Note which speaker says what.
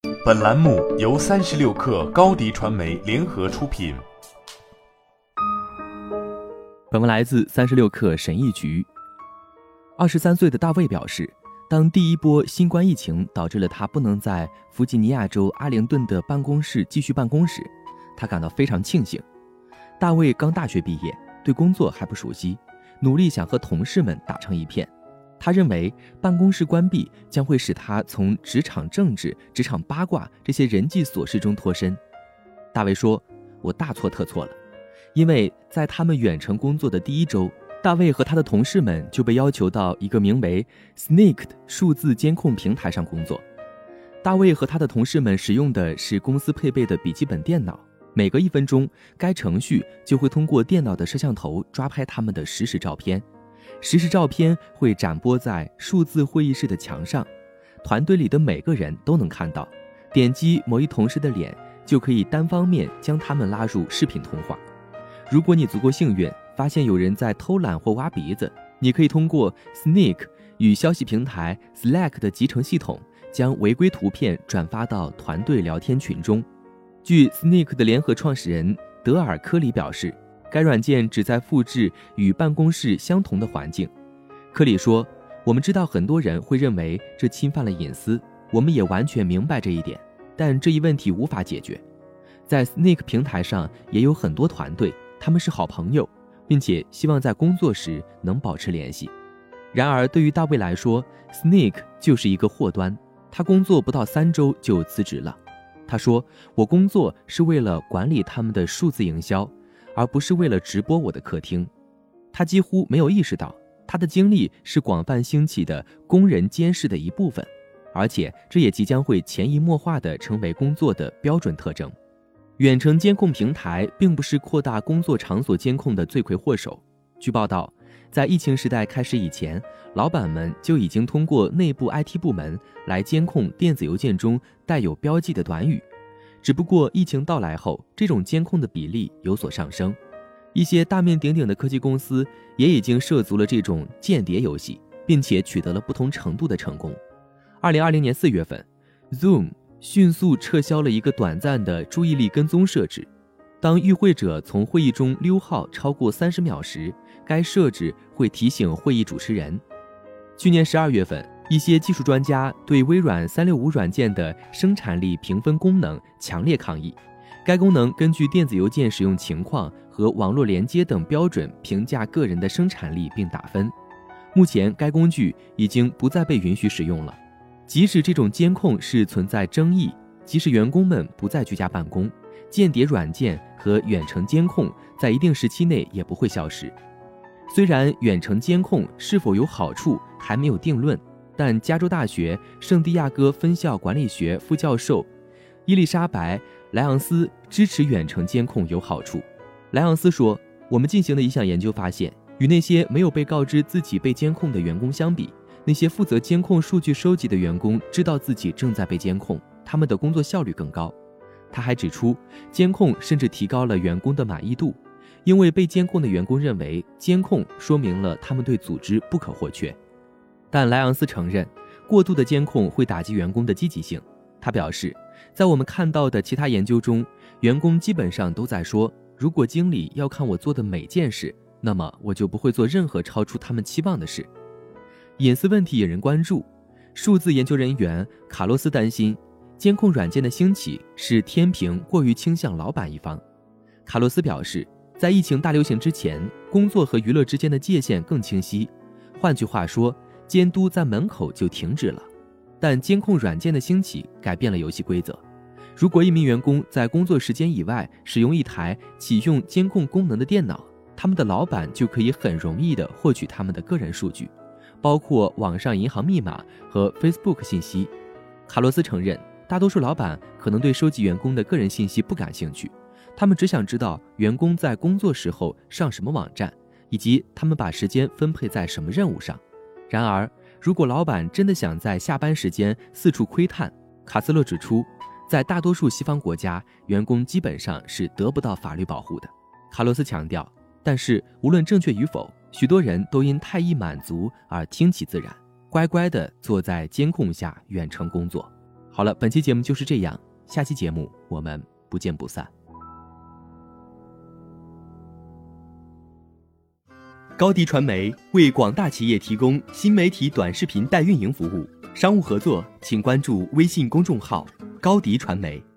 Speaker 1: 本栏目由36氪高迪传媒联合出品。
Speaker 2: 本文来自36氪神译局。23岁的大卫表示，当第一波新冠疫情导致了他不能在弗吉尼亚州阿灵顿的办公室继续办公时，他感到非常庆幸。大卫刚大学毕业，对工作还不熟悉，努力想和同事们打成一片。他认为办公室关闭将会使他从职场政治、职场八卦这些人际琐事中脱身。大卫说，我大错特错了，因为在他们远程工作的第一周，大卫和他的同事们就被要求到一个名为 Snake 的数字监控平台上工作。大卫和他的同事们使用的是公司配备的笔记本电脑，每隔1分钟，该程序就会通过电脑的摄像头抓拍他们的实时照片。实时照片会展播在数字会议室的墙上，团队里的每个人都能看到。点击某一同事的脸，就可以单方面将他们拉入视频通话。如果你足够幸运，发现有人在偷懒或挖鼻子，你可以通过 Snake 与消息平台 Slack 的集成系统，将违规图片转发到团队聊天群中。据 Snake 的联合创始人德尔·科里表示，该软件旨在复制与办公室相同的环境。科里说，我们知道很多人会认为这侵犯了隐私，我们也完全明白这一点，但这一问题无法解决。在 Snake 平台上也有很多团队，他们是好朋友，并且希望在工作时能保持联系。然而对于大卫来说， Snake 就是一个祸端，他工作不到3周就辞职了。他说，我工作是为了管理他们的数字营销，而不是为了直播我的客厅。他几乎没有意识到，他的经历是广泛兴起的工人监视的一部分，而且这也即将会潜移默化地成为工作的标准特征。远程监控平台并不是扩大工作场所监控的罪魁祸首。据报道，在疫情时代开始以前，老板们就已经通过内部 IT 部门来监控电子邮件中带有标记的短语。只不过疫情到来后，这种监控的比例有所上升。一些大名鼎鼎的科技公司也已经涉足了这种间谍游戏，并且取得了不同程度的成功。2020年4月份 Zoom 迅速撤销了一个短暂的注意力跟踪设置。当与会者从会议中溜号超过30秒时，该设置会提醒会议主持人。去年12月份，一些技术专家对微软365软件的生产力评分功能强烈抗议。该功能根据电子邮件使用情况和网络连接等标准评价个人的生产力并打分。目前该工具已经不再被允许使用了。即使这种监控是存在争议，即使员工们不再居家办公，间谍软件和远程监控在一定时期内也不会消失。虽然远程监控是否有好处还没有定论，但加州大学圣地亚哥分校管理学副教授伊丽莎白·莱昂斯支持远程监控有好处。莱昂斯说，我们进行的一项研究发现，与那些没有被告知自己被监控的员工相比，那些负责监控数据收集的员工知道自己正在被监控，他们的工作效率更高。他还指出，监控甚至提高了员工的满意度，因为被监控的员工认为监控说明了他们对组织不可或缺。但莱昂斯承认，过度的监控会打击员工的积极性。他表示，在我们看到的其他研究中，员工基本上都在说，如果经理要看我做的每件事，那么我就不会做任何超出他们期望的事。隐私问题引人关注。数字研究人员卡洛斯担心，监控软件的兴起使天平过于倾向老板一方。卡洛斯表示，在疫情大流行之前，工作和娱乐之间的界限更清晰。换句话说，监督在门口就停止了。但监控软件的兴起改变了游戏规则。如果一名员工在工作时间以外使用一台启用监控功能的电脑，他们的老板就可以很容易地获取他们的个人数据，包括网上银行密码和 Facebook 信息。卡洛斯承认，大多数老板可能对收集员工的个人信息不感兴趣，他们只想知道员工在工作时候上什么网站，以及他们把时间分配在什么任务上。然而，如果老板真的想在下班时间四处窥探，卡斯勒指出，在大多数西方国家，员工基本上是得不到法律保护的。卡洛斯强调，但是无论正确与否，许多人都因太易满足而听其自然，乖乖地坐在监控下远程工作。 好了，本期节目就是这样，下期节目我们不见不散。高迪传媒为广大企业提供新媒体短视频代运营服务，商务合作请关注微信公众号高迪传媒。